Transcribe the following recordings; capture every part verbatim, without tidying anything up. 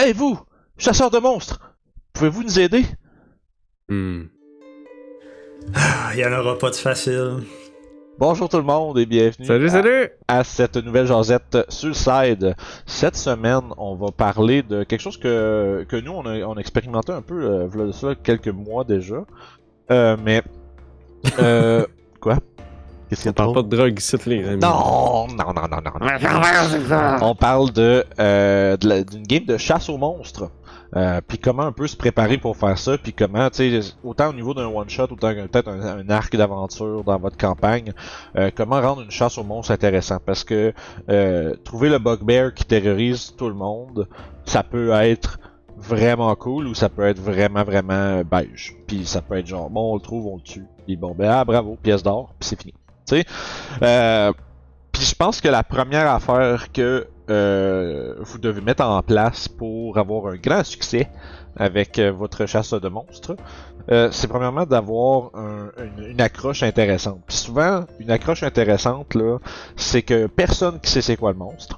Hey vous, chasseurs de monstres, pouvez-vous nous aider? Hmm. Il y en aura pas de facile. Bonjour tout le monde et bienvenue Salut, à, salut! à cette nouvelle jasette Suicide. Cette semaine, on va parler de quelque chose que, que nous, on a, on a expérimenté un peu, euh, v'là ça, quelques mois déjà. Euh, mais... Euh, quoi? Qu'est-ce qu'il y a On parle trop? pas de drogue ici, les amis. Non, non, non, non, non. non. On parle de, euh, de la- d'une game de chasse aux monstres. Euh, puis comment un peu se préparer pour faire ça, puis comment, tu sais, autant au niveau d'un one-shot, autant que peut-être un, un arc d'aventure dans votre campagne, euh, comment rendre une chasse aux monstres intéressant. Parce que euh, trouver le bugbear qui terrorise tout le monde, ça peut être vraiment cool ou ça peut être vraiment, vraiment beige. Puis ça peut être genre, bon, on le trouve, on le tue. Puis bon, ben ah, bravo, pièce d'or, puis c'est fini. Tu sais, euh, puis je pense que la première affaire que euh, vous devez mettre en place pour avoir un grand succès avec euh, votre chasse de monstres, euh, c'est premièrement d'avoir un, une, une accroche intéressante. Puis souvent, une accroche intéressante, là, c'est que personne qui sait c'est quoi le monstre.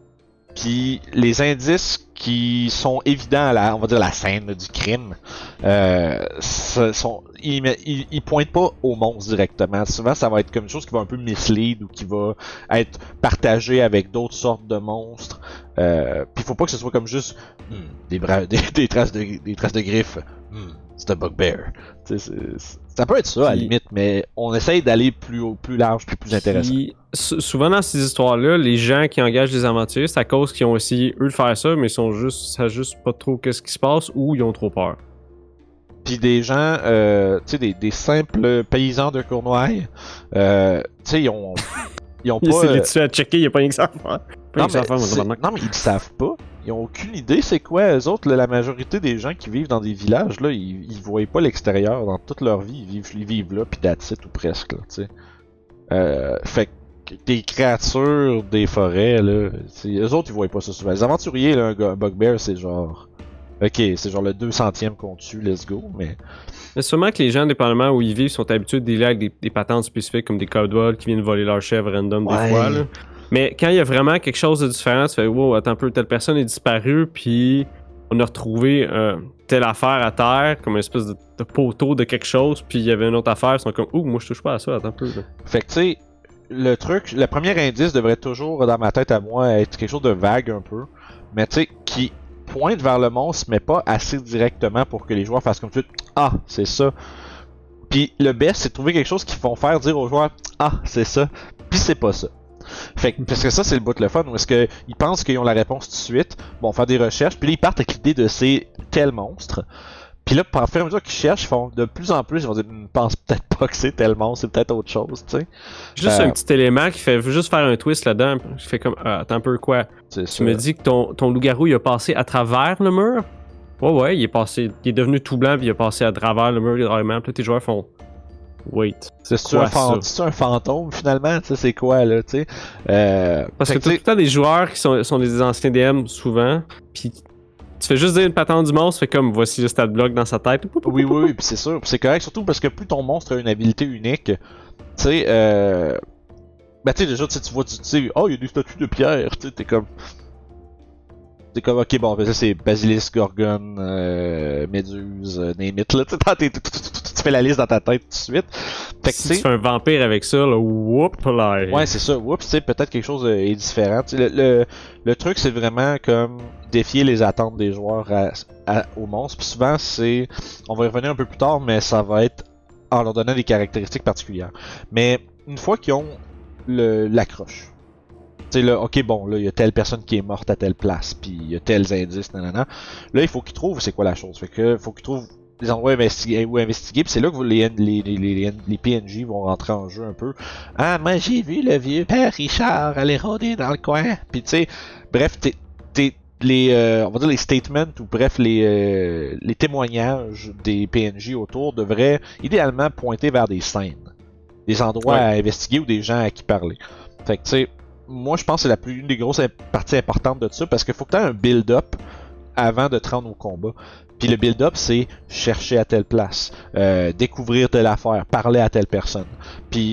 Puis les indices qui sont évidents à la, on va dire la scène là, du crime, euh, sont, ils, ils, ils pointent pas au monstre directement. Souvent, ça va être comme une chose qui va un peu mislead ou qui va être partagée avec d'autres sortes de monstres. Euh, Puis faut pas que ce soit comme juste hmm, des, bras, des, des traces de des traces de griffes. Hmm, c'est un bugbear. C'est, c'est, ça peut être ça à la limite, mais on essaye d'aller plus haut, plus large, puis plus intéressant. Puis, souvent dans ces histoires-là, les gens qui engagent des aventuriers, c'est à cause qu'ils ont essayé eux de faire ça, mais ils sont juste, savent juste pas trop qu'est-ce qui se passe ou ils ont trop peur. Puis des gens, euh, tu sais, des, des simples paysans de Cournoye, euh, tu sais, ils ont, ils ont pas. Il s'est euh, dessus à checker, il y a pas rien que ça à faire. Pas Non rien que ça à mais, faire, mon c'est- tabarnak. non, mais ils le savent pas. Ils ont aucune idée c'est quoi. Eux autres, là, la majorité des gens qui vivent dans des villages, là, ils, ils voient pas l'extérieur dans toute leur vie. Ils vivent, ils vivent là, puis that's it, ou presque, là, tu sais. Euh, fait que des créatures des forêts, là, t'sais, eux autres, ils voient pas ça souvent. Les aventuriers, là, un, gu- un bugbear, c'est genre... Ok, c'est genre le deux centième qu'on tue, let's go, mais... Mais sûrement que les gens, dépendamment où ils vivent, sont habitués de dealer avec des, des patentes spécifiques comme des cowboys qui viennent voler leur chèvre random Ouais. des fois. Là. Mais quand il y a vraiment quelque chose de différent, tu fais wow, attends un peu, telle personne est disparue, puis on a retrouvé euh, telle affaire à terre, comme une espèce de, de poteau de quelque chose, puis il y avait une autre affaire, ils sont comme ouh, moi je touche pas à ça, attends un peu. Là. Fait que tu sais, le truc, le premier indice devrait toujours, dans ma tête à moi, être quelque chose de vague un peu, mais tu sais, qui pointe vers le monstre, mais pas assez directement pour que les joueurs fassent comme tout de suite, ah, c'est ça. Puis le best, c'est de trouver quelque chose qui vont faire dire aux joueurs, ah, c'est ça, puis c'est pas ça. Fait que, parce que ça, c'est le bout de le fun, où est-ce qu'ils pensent qu'ils ont la réponse tout de suite, bon, faire des recherches, puis là, ils partent avec l'idée de ces tels monstres. Puis là, par fur et à mesure qu'ils cherchent, ils font de plus en plus, ils vont dire, ne pense peut-être pas que c'est tel monstre, c'est peut-être autre chose, tu sais. Juste Euh, un petit élément qui fait juste faire un twist là-dedans, je fais comme ah, attends un peu quoi. C'est Tu ça. me dis que ton, ton loup-garou il a passé à travers le mur? Ouais, ouais, il est passé, il est devenu tout blanc, puis il a passé à travers le mur carrément. Puis là, tes joueurs font wait. C'est quoi un, fan- ça? c'est un fantôme finalement, tu sais, c'est quoi là, tu sais. Euh, Parce fait que t'as tu tout le temps des joueurs qui sont, sont des anciens D M souvent, puis tu fais juste dire une patente du monstre, fait comme voici le stat block dans sa tête. oui, oui, oui, puis c'est sûr, puis c'est correct, surtout parce que plus ton monstre a une habilité unique, tu sais, euh... ben tu sais, déjà, tu sais, tu vois, tu sais, oh, il y a des statues de pierre, tu sais, t'es comme... T'es comme, ok, bon, ben ça c'est Basilisk, Gorgon, euh, Méduse, euh, name it, là, tu sais, t'es- t'es- tu fais la liste dans ta tête tout de suite. Fait que, Si tu tu sais, fais un vampire avec ça, là, whoop là. ouais, c'est ça. Oups, tu sais, peut-être quelque chose euh, est différent. Tu sais, Le, le, le truc, c'est vraiment comme défier les attentes des joueurs à, à- aux monstres. Puis souvent, c'est, on va y revenir un peu plus tard, mais ça va être en leur donnant des caractéristiques particulières. Mais une fois qu'ils ont le, l'accroche, tu sais, là, ok, bon, là, il y a telle personne qui est morte à telle place, puis il y a tels indices, nanana. Là, il faut qu'ils trouvent c'est quoi la chose. Fait que, faut qu'ils trouvent des endroits investiguer, où investiguer, puis c'est là que vous- les, les, les, les, les P N J vont rentrer en jeu un peu. Ah, moi j'ai vu le vieux père Richard aller rôder dans le coin. Puis tu sais, bref, t'es, t'es, les, euh, on va dire les statements ou bref les, euh, les témoignages des P N J autour devraient idéalement pointer vers des scènes, des endroits Ouais. à investiguer ou des gens à qui parler. Fait que tu sais, moi je pense que c'est la plus une des grosses parties importantes de ça parce qu'il faut que tu aies un build-up avant de te rendre au combat. Puis le build-up, c'est chercher à telle place, euh, découvrir telle affaire, parler à telle personne. Puis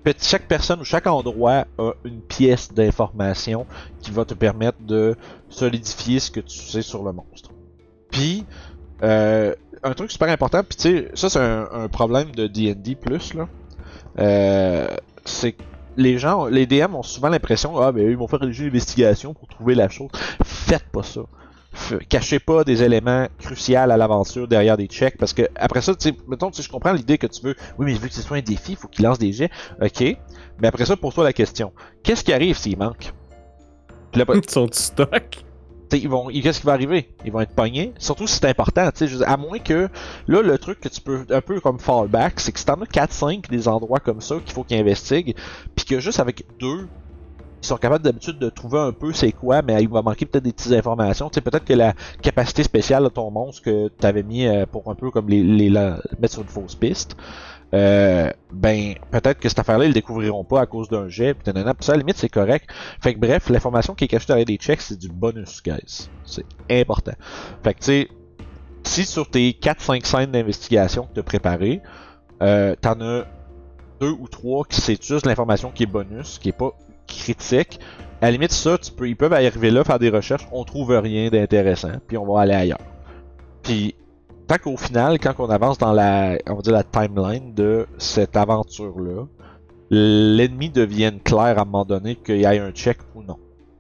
chaque personne ou chaque endroit a une pièce d'information qui va te permettre de solidifier ce que tu sais sur le monstre. Puis, euh, un truc super important, puis tu sais, ça c'est un, un problème de D and D plus, là. Euh, c'est que les gens, les D M ont souvent l'impression, ah ben ils vont faire une investigation pour trouver la chose. Faites pas ça. F- cachez pas des éléments cruciaux à l'aventure derrière des checks, parce que après ça, tu sais, mettons, tu sais, je comprends l'idée que tu veux, oui mais vu que ce soit un défi, il faut qu'il lance des jets, ok, mais après ça, pose-toi la question, qu'est-ce qui arrive s'il manque? Puis là, Ils sont stock. ils vont, qu'est-ce qui va arriver? Ils vont être pognés, surtout si c'est important, tu sais, à moins que, là, le truc que tu peux, un peu comme fallback, c'est que si t'en as quatre cinq des endroits comme ça qu'il faut qu'ils investiguent, puis que juste avec deux, ils sont capables d'habitude de trouver un peu c'est quoi, mais il va manquer peut-être des petites informations. Tu sais, peut-être que la capacité spéciale de ton monstre que tu avais mis euh, pour un peu comme les, les la, mettre sur une fausse piste, euh, ben peut-être que cette affaire-là ils le découvriront pas à cause d'un jet. Puis, nanana, puis ça à la limite c'est correct. Fait que bref, l'information qui est cachée derrière des checks c'est du bonus, guys. C'est important. Fait que tu sais, si sur tes quatre cinq scènes d'investigation que tu as préparées, euh, t'en as deux ou trois qui c'est juste l'information qui est bonus, qui est pas critique. À la limite, ça, tu peux, ils peuvent arriver là, faire des recherches, on trouve rien d'intéressant, puis on va aller ailleurs. Puis, tant qu'au final, quand on avance dans la, on va dire la timeline de cette aventure-là, l'ennemi devienne clair à un moment donné qu'il y ait un check ou non.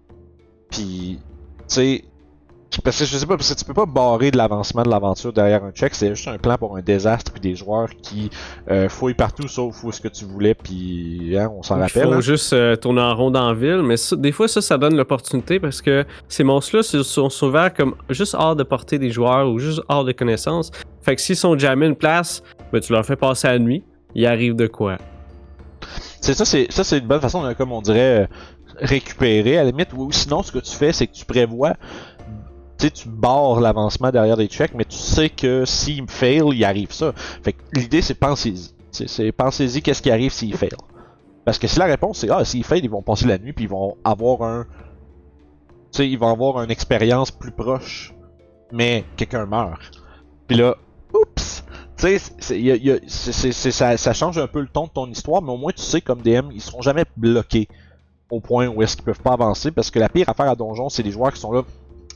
Puis, tu sais, parce que je sais pas, parce que tu peux pas barrer de l'avancement de l'aventure derrière un check, c'est juste un plan pour un désastre puis des joueurs qui euh, fouillent partout sauf où ce que tu voulais puis hein, on s'en rappelle. Il faut hein. juste euh, tourner en rond dans la ville, mais ça, des fois ça, ça donne l'opportunité parce que ces monstres-là sont souvent comme juste hors de portée des joueurs ou juste hors de connaissance. Fait que s'ils sont jamais une place, ben tu leur fais passer la nuit, il arrive de quoi. C'est ça, c'est ça c'est une bonne façon de, comme on dirait, récupérer à la limite, ou sinon ce que tu fais c'est que tu prévois. Tu sais, tu barres l'avancement derrière des checks, mais tu sais que s'il fail, il arrive ça. Fait que l'idée, c'est pensez-y. T'sais, c'est pensez-y qu'est-ce qui arrive s'il fail. Parce que si la réponse c'est ah, s'il fail, ils vont passer la nuit puis ils vont avoir un. Tu sais, ils vont avoir une expérience plus proche. Mais quelqu'un meurt. Puis là, oups! Tu sais, ça, ça change un peu le ton de ton histoire, mais au moins tu sais, comme D M, ils seront jamais bloqués au point où est-ce qu'ils peuvent pas avancer. Parce que la pire affaire à Donjon, c'est des joueurs qui sont là.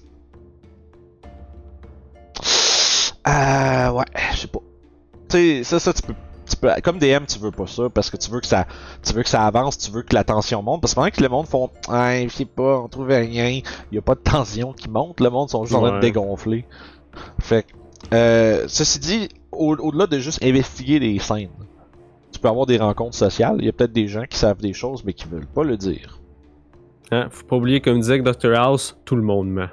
Euh, ouais, je sais pas. Tu sais, ça, ça, tu peux, tu peux, comme D M, tu veux pas ça, parce que tu veux que ça, tu veux que ça avance, tu veux que la tension monte, parce que pendant que le monde font, ah, je sais pas, on trouve rien, il y a pas de tension qui monte, le monde sont juste en train de dégonfler. Fait que, euh, ceci dit, au- au-delà de juste investiguer les scènes, tu peux avoir des rencontres sociales, il y a peut-être des gens qui savent des choses, mais qui veulent pas le dire. Hein? Faut pas oublier, comme disait docteur House, tout le monde ment.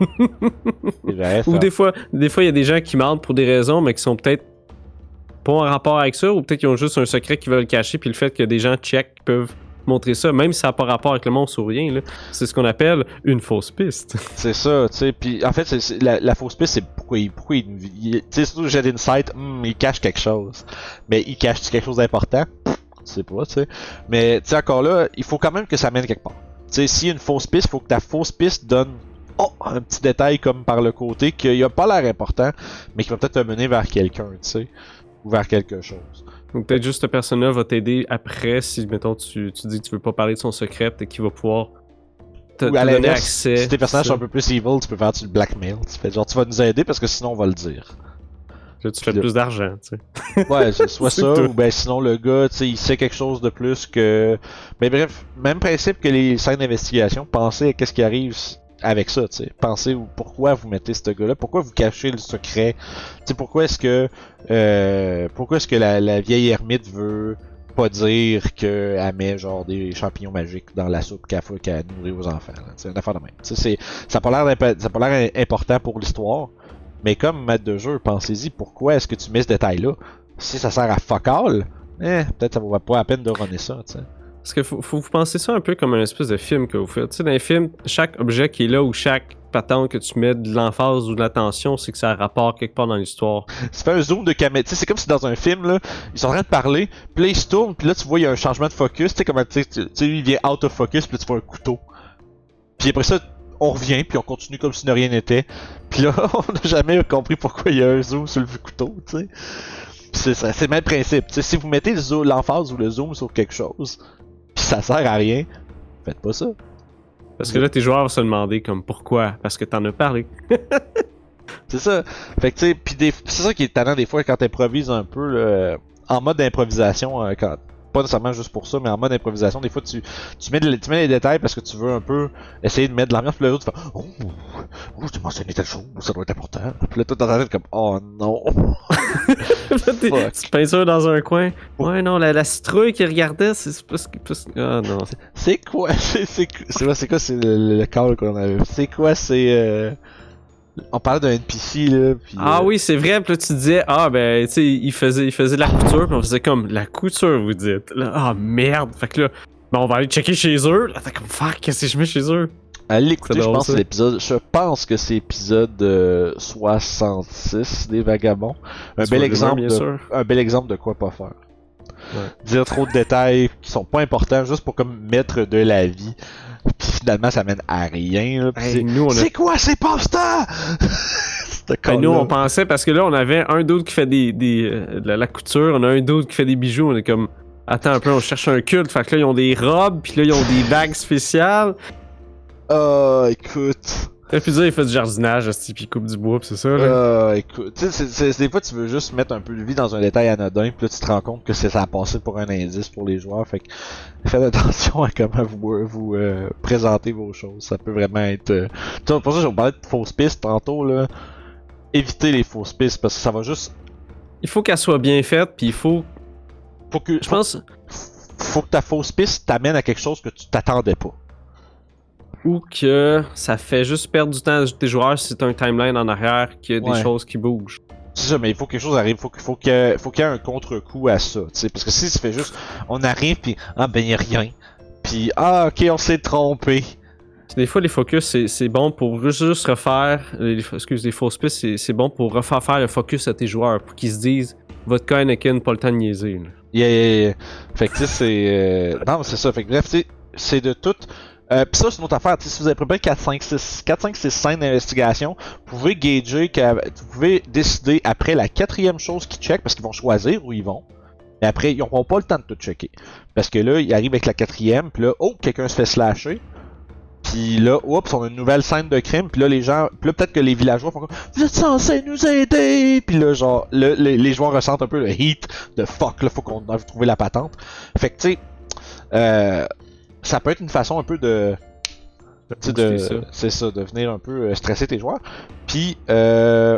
Bref, Ou des fois, des fois, il y a des gens qui mentent pour des raisons, mais qui sont peut-être pas en rapport avec ça, ou peut-être qu'ils ont juste un secret qu'ils veulent cacher, puis le fait que des gens check peuvent montrer ça, même si ça n'a pas rapport avec le monstre ou rien, là. C'est ce qu'on appelle une fausse piste. c'est ça, tu sais. Puis en fait, c'est, c'est- la, la fausse piste, c'est pourquoi il, pourquoi il, il- tu sais, surtout j'ai d'insight, hmm, il cache quelque chose. Mais il cache quelque chose d'important, Pff, je sais pas, tu sais. Mais tu sais encore là, il faut quand même que ça mène quelque part. Tu sais, s'il y a une fausse piste, il faut que ta fausse piste donne oh, un petit détail comme par le côté qui a pas l'air important, mais qui va peut-être te mener vers quelqu'un, tu sais, ou vers quelque chose. Donc peut-être juste cette personne-là va t'aider après si, mettons, tu, tu dis que tu veux pas parler de son secret, peut-être qu'il va pouvoir te, Ou te à donner l'inverse, accès. si tes personnages ça. sont un peu plus evil, tu peux faire du blackmail. Tu fais genre, tu vas nous aider parce que sinon on va le dire. Là, tu fais Puis là- plus d'argent, tu sais. Ouais, c'est soit C'est ça, tout. ou ben sinon le gars, tu sais, il sait quelque chose de plus que... Mais bref, même principe que les scènes d'investigation, pensez à qu'est-ce qui arrive avec ça, tu sais. Pensez au- pourquoi vous mettez ce gars-là, pourquoi vous cachez le secret, tu sais, pourquoi est-ce que... Euh, pourquoi est-ce que la, la vieille ermite veut pas dire qu'elle met genre des champignons magiques dans la soupe qu'elle fait qu'elle nourrit aux enfants, là, tu sais, une affaire de même. Tu sais, c'est- ça a pas l'air d'impa- ça a pas l'air important pour l'histoire, mais comme maître de jeu, pensez-y, pourquoi est-ce que tu mets ce détail-là? Si ça sert à fuck all, eh, peut-être ça vaut pas la peine de runner ça, tu sais. Parce que faut, faut vous penser ça un peu comme un espèce de film que vous faites. Tu sais, dans les films, chaque objet qui est là ou chaque patente que tu mets de l'emphase ou de l'attention, c'est que ça a rapport quelque part dans l'histoire. Tu fais un zoom de caméra, tu sais, c'est comme si dans un film, là, ils sont en train de parler, puis là ils se tournent, puis là tu vois il y a un changement de focus, tu sais, comme tu sais, tu sais, lui il vient out of focus, puis là tu vois un couteau. Puis après ça, on revient, puis on continue comme si de rien n'était. Puis là, on n'a jamais compris pourquoi il y a un zoom sur le couteau, tu sais. c'est, c'est le même principe. T'sais, si vous mettez zo- l'emphase ou le zoom sur quelque chose, pis ça sert à rien, faites pas ça. Parce que là, tes joueurs vont se demander comme pourquoi? Parce que t'en as parlé. C'est ça. Fait que tu sais, pis des... c'est ça qui est étonnant des fois quand t'improvises un peu là, en mode d'improvisation, euh, quand... pas nécessairement juste pour ça, mais en mode improvisation, des fois tu, tu, mets, de... tu mets les détails parce que tu veux un peu essayer de mettre de l'ambiance, puis l'autre tu fais oh, oh, je t'ai mentionné telle chose, ça doit être important. Puis là, toi dans ta tête comme oh non. Tu peinture dans un coin. Ouais, non, la, la citrouille qui regardait, c'est plus. plus... Ah non. C'est quoi? C'est, c'est, c'est, quoi, c'est quoi? C'est le, le call qu'on avait. C'est quoi? C'est. Euh... On parlait d'un N P C là. Pis, ah euh... oui, c'est vrai. Puis là, tu disais, ah ben, tu sais, il faisait, il faisait de la couture. Puis on faisait comme, la couture, vous dites. Là, ah merde. Fait que là, ben, on va aller checker chez eux. Là, t'es comme, fuck, qu'est-ce que je mets chez eux? Allez l'écouter, je pense que c'est l'épisode. Je pense que c'est épisode euh, soixante-six des Vagabonds. Un bel exemple bien de, sûr. un bel exemple de quoi pas faire. Ouais. Dire trop de détails qui sont pas importants juste pour comme mettre de la vie. Puis finalement ça mène à rien. Là, Hey, c'est, nous, on a- c'est quoi ces passe-temps? Ben, nous, on pensait, parce que là, on avait un d'autre qui fait des, des, euh, de la, la couture, on a un d'autre qui fait des bijoux, on est comme, attends un peu, on cherche un culte, fait que là, ils ont des robes, puis là, ils ont des bagues spéciales. Ah, écoute. Et puis là, il fait du jardinage, aussi, puis il coupe du bois, pis c'est ça, là. Euh, écoute, tu sais, c'est, c'est, c'est des fois tu veux juste mettre un peu de vie dans un détail anodin, puis là tu te rends compte que c'est ça a passé pour un indice pour les joueurs, fait que faites attention à comment vous vous euh, présentez vos choses, ça peut vraiment être. Euh... Tu vois, pour ça j'ai parlé de fausses pistes tantôt là. Évitez les fausses pistes parce que ça va juste. Il faut qu'elle soit bien faite, puis il faut, Faut que. je faut, pense, faut que ta fausse piste t'amène à quelque chose que tu t'attendais pas. ou que ça fait juste perdre du temps à tes joueurs si t'as un timeline en arrière, qu'il y a des Ouais. choses qui bougent. C'est ça, mais il faut que quelque chose arrive, faut qu'il faut qu'il y ait, faut qu'il y ait un contre-coup à ça, tu sais, parce que si ça fait juste, on arrive puis ah ben y a rien, puis ah ok on s'est trompé. Des fois, les focus, c'est, c'est bon pour juste refaire. Les, excuse, les fausses pistes, c'est, c'est bon pour refaire faire le focus à tes joueurs, pour qu'ils se disent votre cas Anakin, pas le temps de niaiser. Là. Yeah, yeah, yeah. Fait que tu sais, c'est. Euh... Non, c'est ça. Fait que bref, tu sais, c'est de tout. Euh, Pis ça, c'est une autre affaire. T'sais, si vous avez préparé quatre, cinq, six scènes d'investigation, vous pouvez gager, vous pouvez décider après la quatrième chose qu'ils checkent, parce qu'ils vont choisir où ils vont. Et après, ils n'auront pas le temps de tout checker. Parce que là, ils arrivent avec la quatrième, puis là, oh, quelqu'un se fait slasher. Puis là, oups, on a une nouvelle scène de crime. Puis là, les gens, puis là, peut-être que les villageois font comme vous êtes censés nous aider. Puis là, genre, le, le, les joueurs ressentent un peu le heat de fuck. Là, faut qu'on aille trouver la patente. Fait que tu sais, euh, ça peut être une façon un peu de, tu sais, de, ça. c'est ça, de venir un peu euh, stresser tes joueurs. Puis euh,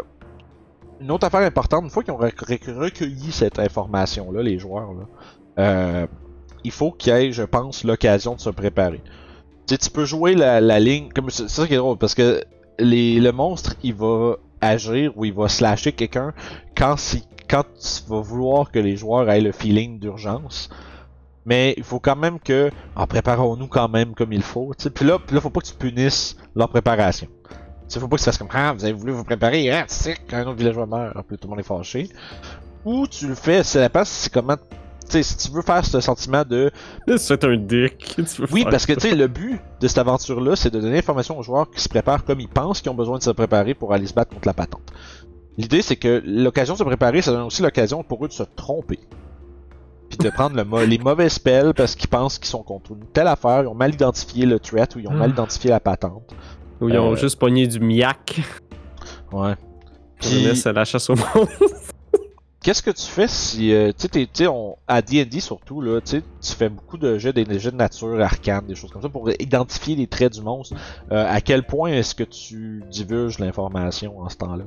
une autre affaire importante, une fois qu'ils ont rec- recueilli cette information là, les joueurs là, euh, il faut qu'il y ait, je pense, l'occasion de se préparer. Tu sais, tu peux jouer la, la ligne, comme c'est ça qui est drôle, parce que les, le monstre, il va agir ou il va slasher quelqu'un quand, si, quand tu vas vouloir que les joueurs aient le feeling d'urgence. Mais il faut quand même que, en préparons-nous quand même comme il faut. Tu sais, puis là, puis là, faut pas que tu punisses leur préparation. Tu sais, faut pas que tu fasses comme ah, vous avez voulu vous préparer, ah, tu sais, quand un autre villageois meurt, puis tout le monde est fâché. Ou tu le fais, ça dépend si c'est comment. Tu sais, si tu veux faire ce sentiment de. C'est un dick. Tu veux Oui, faire parce que ça. tu sais, le but de cette aventure-là, c'est de donner l'information aux joueurs qui se préparent comme ils pensent qu'ils ont besoin de se préparer pour aller se battre contre la patente. L'idée, c'est que l'occasion de se préparer, ça donne aussi l'occasion pour eux de se tromper. Puis de prendre le mo- les mauvais spells parce qu'ils pensent qu'ils sont contre une telle affaire, ils ont mal identifié le threat ou ils ont mal identifié la patente. Ou ils ont Euh, juste pogné du miac. Ouais. Puis Puis, c'est la chasse au monde. qu'est-ce que tu fais si, euh, tu sais, t'es- tu sais, on- à D and D surtout, là, tu sais, tu fais beaucoup de jeux, des, des jeux de nature, arcane, des choses comme ça, pour identifier les traits du monstre. Euh, à quel point est-ce que tu divulges l'information en ce temps-là?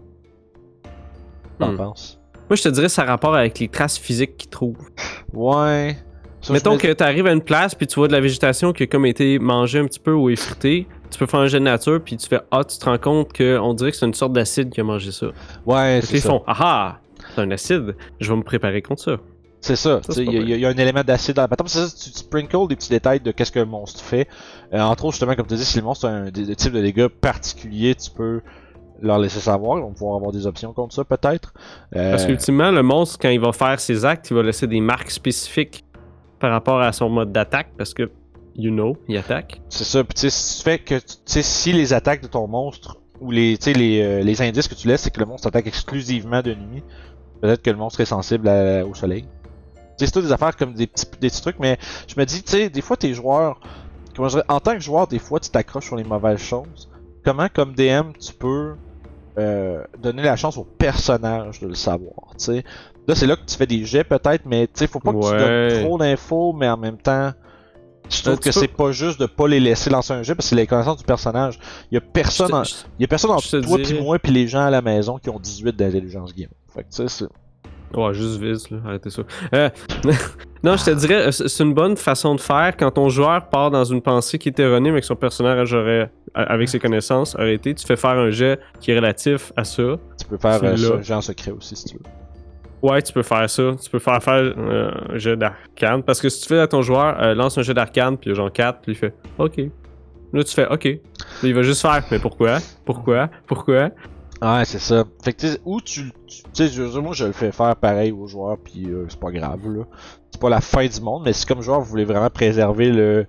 T'en Hmm. penses? Moi, je te dirais, ça a rapport avec les traces physiques qu'ils trouvent. Ouais. Ça, Mettons je me- que tu arrives à une place, puis tu vois de la végétation qui a comme été mangée un petit peu ou effritée. Tu peux faire un jet de nature, puis tu fais ah, tu te rends compte qu'on dirait que c'est une sorte d'acide qui a mangé ça. Ouais, Fait c'est qu'ils ça. font ah ah, c'est un acide, je vais me préparer contre ça. C'est ça. Ça, c'est pas Il y, vrai. y a un élément d'acide dans la patente. C'est ça, tu, tu sprinkles des petits détails de qu'est-ce que le monstre fait. Euh, entre autres, justement, comme tu dis, si le monstre a un des, des types de dégâts particuliers, tu peux leur laisser savoir. On va pouvoir avoir des options contre ça, peut-être. Euh, Parce qu'ultimement, le monstre, quand il va faire ses actes, il va laisser des marques spécifiques par rapport à son mode d'attaque, parce que, you know, il attaque. C'est ça. Puis tu sais, si tu fais que, tu sais, si les attaques de ton monstre ou les, tu sais, les, euh, les indices que tu laisses, c'est que le monstre attaque exclusivement de nuit. Peut-être que le monstre est sensible à- au soleil. Tu sais, c'est tout des affaires comme des petits, des petits trucs, mais je me dis, tu sais, des fois tes joueurs, comment je dirais, en tant que joueur, des fois tu t'accroches sur les mauvaises choses. Comment, comme D M, tu peux euh, donner la chance au personnage de le savoir, tu sais. Là, c'est là que tu fais des jets peut-être, mais tu sais, faut pas que tu Ouais. donnes trop d'infos, mais en même temps, je trouve Euh, que tu peux- c'est pas juste de pas les laisser lancer un jet parce que c'est les connaissances du personnage. Il y a personne, Je te- en... je- il y a personne je te entre toi dirais- pis moi pis les gens à la maison qui ont dix-huit d'intelligence game. Fait que tu sais, c'est... Ouais, juste vise, là. Arrêtez ça. Euh, non, je te dirais, euh, c'est c'est une bonne façon de faire quand ton joueur part dans une pensée qui est erronée, mais que son personnage aurait, avec ses connaissances, aurait été. Tu fais faire un jet qui est relatif à ça. Tu peux faire Tu euh, l'as. ça, un jeu en secret aussi si tu veux. Ouais, tu peux faire ça. Tu peux faire faire euh, un jet d'arcane. Parce que si tu fais à ton joueur, euh, lance un jet d'arcane, puis il y a genre quatre, puis il fait OK. Là, tu fais OK. Là, il va juste faire mais pourquoi Pourquoi Pourquoi Ouais, c'est ça. Fait que tu sais, ou tu... Tu tu sais, je- moi je le fais faire pareil aux joueurs pis euh, c'est pas grave là. C'est pas la fin du monde, mais si comme joueur vous voulez vraiment préserver le...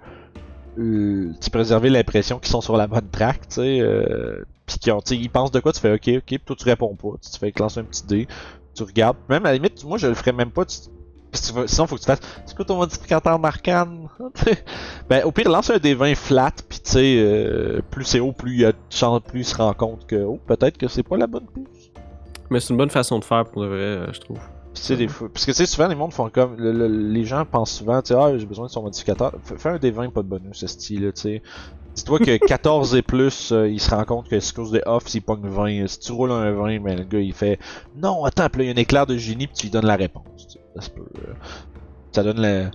le tu sais, préserver l'impression qu'ils sont sur la bonne track, tu sais, euh, pis qu'ils ont, tu sais, ils pensent de quoi, tu fais OK, OK, pis toi tu réponds pas. Tu te fais lancer un petit dé. Tu regardes. Même à la limite, moi je le ferais même pas. Tu... Parce que tu vas... Sinon, faut que tu fasses. C'est quoi ton modificateur d'arcane? Ben, au pire, lance un dé vingt flat, pis tu sais, euh, plus c'est haut, plus il y a de chance, plus il se rend compte que, oh, peut-être que c'est pas la bonne piste. Mais c'est une bonne façon de faire pour le vrai, euh, je trouve. Pis tu sais, des fois. Parce que tu sais, souvent, les mondes font comme. le- le- les gens pensent souvent, tu sais, ah, j'ai besoin de son modificateur. F- Fais un dé vingt, pas de bonus, ce style-là, tu sais. Dis-toi que quatorze et plus, euh, il se rend compte que c'est cause des off, s'il pogne vingt. Si tu roules un vingt, ben le gars il fait non, attends, pis là il y a un éclair de génie, pis tu lui donnes la réponse. Tu sais. Ça se peut. euh, ça donne la-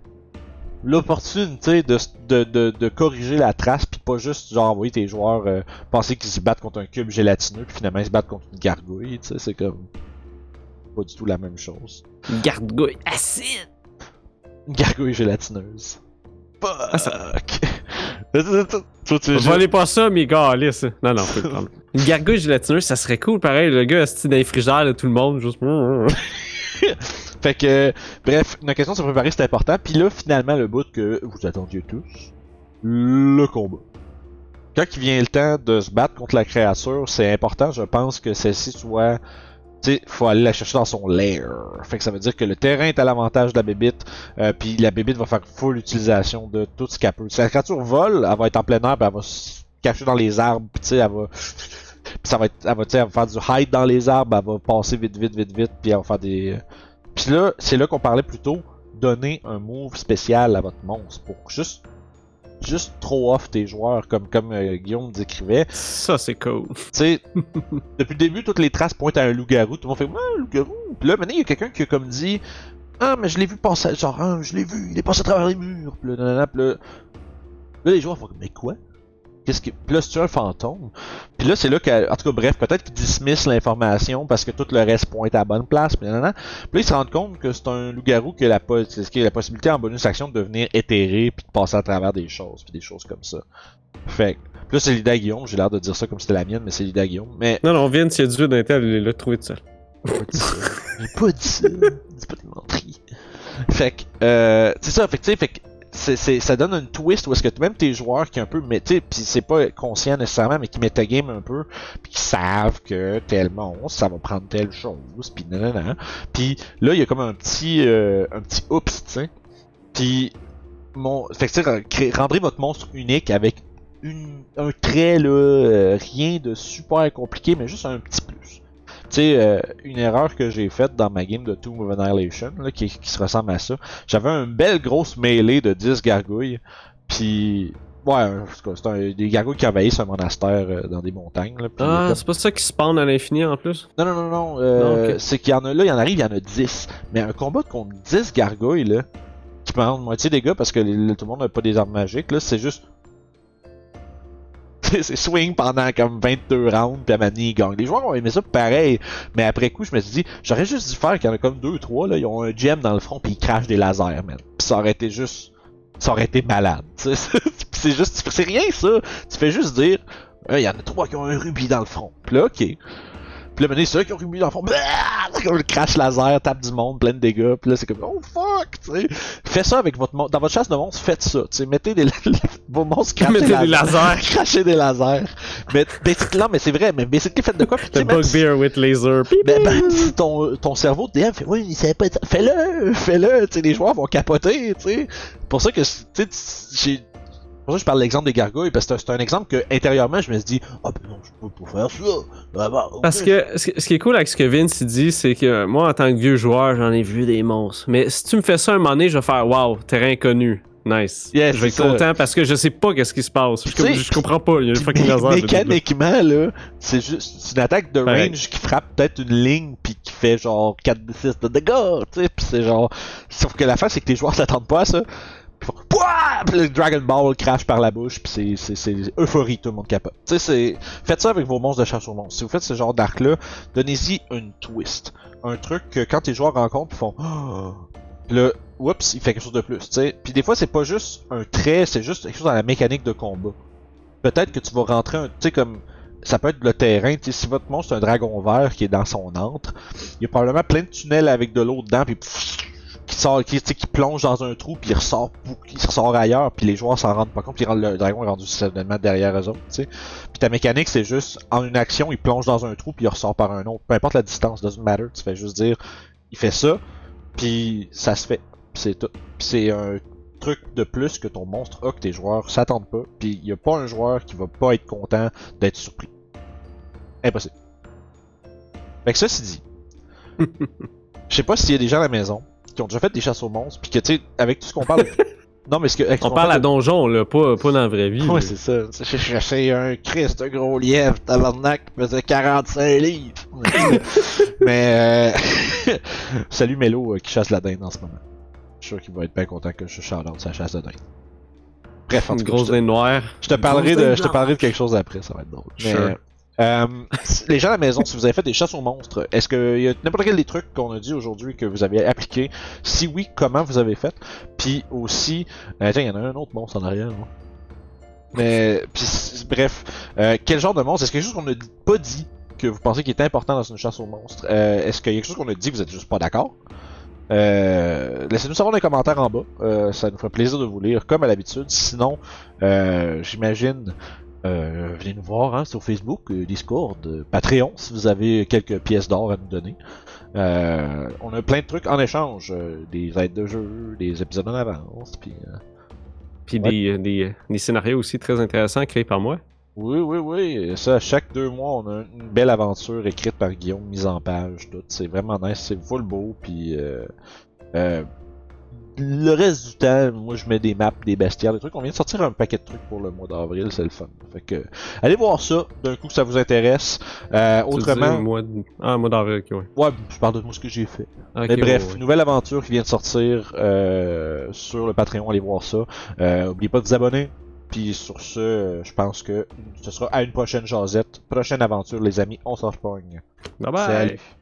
l'opportunité de, de, de, de corriger la trace, pis pas juste genre envoyer tes joueurs euh, penser qu'ils se battent contre un cube gélatineux, puis finalement ils se battent contre une gargouille. Tu sais, c'est comme. Pas du tout la même chose. Garde-gouille acide Une gargouille gélatineuse. Fuck! Toi, tu Volez pas ça, mes gars, lisse. Non, non, faut le prendre. Une gargouille gélatineuse, ça serait cool, pareil. Le gars, c'est dans les frigères de tout le monde, juste. Fait que, bref, une question de se préparer, c'est important. Puis là, finalement, le bout que vous attendiez tous, le combat. Quand il vient le temps de se battre contre la créature, c'est important, je pense, que celle-ci soit... Tu sais, faut aller la chercher dans son lair. Fait que ça veut dire que le terrain est à l'avantage de la bébite, euh, puis la bébite va faire full utilisation de tout ce qu'elle peut. Si la créature vole, elle va être en plein air, puis elle va se cacher dans les arbres, puis tu sais, elle va... Puis ça va être... Elle va, tu sais, elle va faire du hide dans les arbres, elle va passer vite, vite, vite, vite, puis elle va faire des... Puis là, c'est là qu'on parlait plus tôt, donner un move spécial à votre monstre pour juste juste throw off tes joueurs comme comme euh, Guillaume décrivait. Ça, c'est cool. Tu sais, depuis le début, toutes les traces pointent à un loup-garou, tout le monde fait ah, un loup-garou. Puis là, maintenant, il y a quelqu'un qui a comme dit ah, mais je l'ai vu passer, genre ah, je l'ai vu, il est passé à travers les murs. Puis là, nanana, puis là, là, les joueurs font mais quoi? Qu'est-ce que... Puis là, c'est un fantôme. Puis là, c'est là que, en tout cas, bref, peut-être qu'ils dismissent l'information parce que tout le reste pointe à la bonne place. Puis, nanana. Puis là, ils se rendent compte que c'est un loup-garou qui a la, po... qui a la possibilité en bonus action de devenir éthéré puis de passer à travers des choses, puis des choses comme ça. Fait que, puis là, c'est l'idée à Guillaume. J'ai l'air de dire ça comme si c'était la mienne, mais c'est l'idée à Guillaume. Mais. Non, non, Vince, il y a du jeu d'Intel, il l'a trouvé tout seul. J'ai pas dit ça. J'ai pas dit ça. C'est pas des menteries. Fait que, euh, c'est ça. Fait que, tu sais, fait que. C'est, c'est, ça donne une twist où est-ce que même tes joueurs qui un peu, mais tu sais, pis c'est pas conscient nécessairement, mais qui metagame un peu, pis qui savent que tel monstre, ça va prendre telle chose, pis nanana. Pis là, il y a comme un petit, euh, un petit oups, tu sais. Pis, mon, fait que tu sais, rendrez votre monstre unique avec une, un trait là, euh, rien de super compliqué, mais juste un petit plus. Tu sais, euh, une erreur que j'ai faite dans ma game de Tomb of Annihilation, là, qui, qui se ressemble à ça. J'avais une belle grosse mêlée de dix gargouilles, puis ouais, c'est un, des gargouilles qui envahissent un monastère euh, dans des montagnes. Là, pis Ah, comme... c'est pas ça qui spawn à l'infini en plus? Non, non, non, non, euh, non okay. C'est qu'il y en a là, il y en arrive, il y en a dix. Mais un combat contre dix gargouilles, là, qui prend moitié des gars parce que les, tout le monde n'a pas des armes magiques, là, c'est juste... c'est swing pendant comme vingt-deux rounds, puis à Mani, il gagne. Les joueurs ont aimé ça pareil, mais après coup, je me suis dit, j'aurais juste dû faire qu'il y en a comme deux trois, là, ils ont un gem dans le front, puis ils crachent des lasers, man. Pis ça aurait été juste. Ça aurait été malade, tu sais. C'est juste. C'est rien, ça. Tu fais juste dire, il y en a trois qui ont un rubis dans le front. Pis là, ok. Puis là, maintenant, c'est eux qui ont remis dans le fond, blablabla, comme le crash laser, tape du monde, plein de dégâts, puis là, c'est comme, oh fuck, tu sais. Faites ça avec votre mon- dans votre chasse de monstres, faites ça, tu sais, mettez des, vos monstres crachez Mettez des lasers. crachez des lasers. Mais, basically, non, mais c'est vrai, mais basically, faites de quoi, puis tu The sais, même si- bugbear with laser. Pip, ben, ben, si ton, ton cerveau de D M fait, oui, il savait pas être... Fais-le! Fais-le! Tu sais, les joueurs vont capoter, tu sais. Pour ça que, tu sais, j'ai... Pour ça que je parle de l'exemple des gargouilles, parce que c'est un exemple que, intérieurement, je me suis dit, ah, ben non, je peux pas faire ça. Ah, bah, okay. Parce que ce ce qui est cool avec ce que Vince il dit, c'est que moi, en tant que vieux joueur, j'en ai vu des monstres. Mais si tu me fais ça un moment donné, je vais faire wow, terrain inconnu. Nice. Yeah, je vais c'est être ça. content parce que je sais pas qu'est-ce qui se passe. Je, Tu sais, je comprends pas. Il y a un Puis fucking mé- laser. de- mécaniquement, là, c'est juste c'est une attaque de range Pareil. qui frappe peut-être une ligne pis qui fait genre quatre d six de dégâts, tu sais, pis c'est genre... Sauf que l'affaire, c'est que les joueurs s'attendent pas à ça. Pis ils font Pouah! Pis le Dragon Ball crash par la bouche, pis c'est, c'est, c'est euphorie, tout le monde capote. Tu sais, c'est... Faites ça avec vos monstres de chasse aux monstres. Si vous faites ce genre d'arc-là, donnez-y une twist. Un truc que quand les joueurs rencontrent, ils font... Oh! Pis là, oups, il fait quelque chose de plus, tu sais. Puis des fois, c'est pas juste un trait, c'est juste quelque chose dans la mécanique de combat. Peut-être que tu vas rentrer un, tu sais, comme, ça peut être le terrain, tu sais, si votre monstre c'est un dragon vert qui est dans son antre, il y a probablement plein de tunnels avec de l'eau dedans, puis pff, qui sort, qui, tu sais, qui plonge dans un trou, puis il ressort, il ressort ailleurs, puis les joueurs s'en rendent pas compte, puis le dragon est rendu certainement derrière eux autres, tu sais. Puis ta mécanique, c'est juste, en une action, il plonge dans un trou, puis il ressort par un autre. Peu importe la distance, doesn't matter, tu fais juste dire, il fait ça, puis ça se fait. C'est tout. Pis c'est un truc de plus que ton monstre a que tes joueurs s'attendent pas. Puis y a pas un joueur qui va pas être content d'être surpris. Impossible. Fait que ceci dit, je sais pas s'il y a des gens à la maison qui ont déjà fait des chasses aux monstres, puis que tu sais, avec tout ce qu'on parle. Non, mais ce que. avec ce On qu'on parle fait à de- donjon, là, pas, pas dans la vraie vie. Ouais, là. c'est ça. J'ai cherché un Christ, un gros lièvre, tabarnak, qui faisait quarante-cinq livres. Mais, euh... salut Mélo euh, qui chasse la dinde en ce moment. Je suis sûr qu'il va être bien content que je shout-out sa chasse de dinde. Bref, en Une tout cas, grosse je te, dinde noire. je te parlerai grosse de, dinde je te parlerai de quelque chose après, ça va être drôle. Mais, Sure. euh, les gens à la maison, si vous avez fait des chasses aux monstres, est-ce qu'il y a n'importe quel des trucs qu'on a dit aujourd'hui que vous avez appliqué? Si oui, comment vous avez fait? Puis aussi, euh, tiens, il y en a un autre monstre en arrière. Hein? Mais, pis, c- bref, euh, quel genre de monstre? Est-ce qu'il y a quelque chose qu'on n'a pas dit que vous pensez qui est important dans une chasse aux monstres? Euh, est-ce qu'il y a quelque chose qu'on a dit que vous êtes juste pas d'accord? Euh, laissez-nous savoir dans les commentaires en bas. Euh, ça nous ferait plaisir de vous lire comme à l'habitude. Sinon, euh, j'imagine, euh, venez nous voir hein, sur Facebook, euh, Discord, euh, Patreon si vous avez quelques pièces d'or à nous donner. Euh, on a plein de trucs en échange, euh, des aides de jeu, des épisodes en avance, puis. Euh, Puis Ouais. des, des, des scénarios aussi très intéressants créés par moi. Oui, oui, oui. Ça, chaque deux mois, on a une belle aventure écrite par Guillaume, mise en page, tout. C'est vraiment nice, c'est full beau, puis euh, euh, le reste du temps, moi, je mets des maps, des bestiaires, des trucs. On vient de sortir un paquet de trucs pour le mois d'avril, c'est le fun. Fait que, allez voir ça, d'un coup, que ça vous intéresse. Euh, Tu autrement, dis, mois de- Ah, mois d'avril, ok, ouais. ouais, je parle de moi ce que j'ai fait. Ok, Mais bref, ouais, ouais. nouvelle aventure qui vient de sortir euh, sur le Patreon, allez voir ça. Euh, oubliez pas de vous abonner. Puis sur ce, euh, je pense que ce sera à une prochaine jasette. Prochaine aventure, les amis, on s'en repogne. Bye bye. Salut.